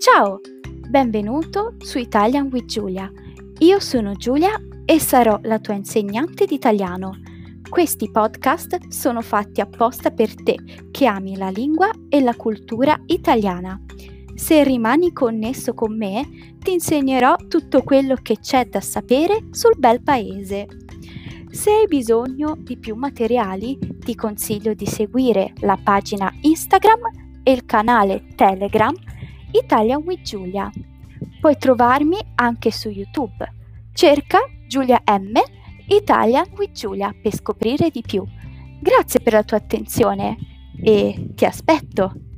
Ciao, benvenuto su Italian with Giulia. Io sono Giulia e sarò la tua insegnante di italiano. Questi podcast sono fatti apposta per te che ami la lingua e la cultura italiana. Se rimani connesso con me, ti insegnerò tutto quello che c'è da sapere sul bel paese. Se hai bisogno di più materiali, ti consiglio di seguire la pagina Instagram e il canale Telegram Italian with Giulia. Puoi trovarmi anche su YouTube. Cerca Giulia M Italian with Giulia per scoprire di più. Grazie per la tua attenzione e ti aspetto!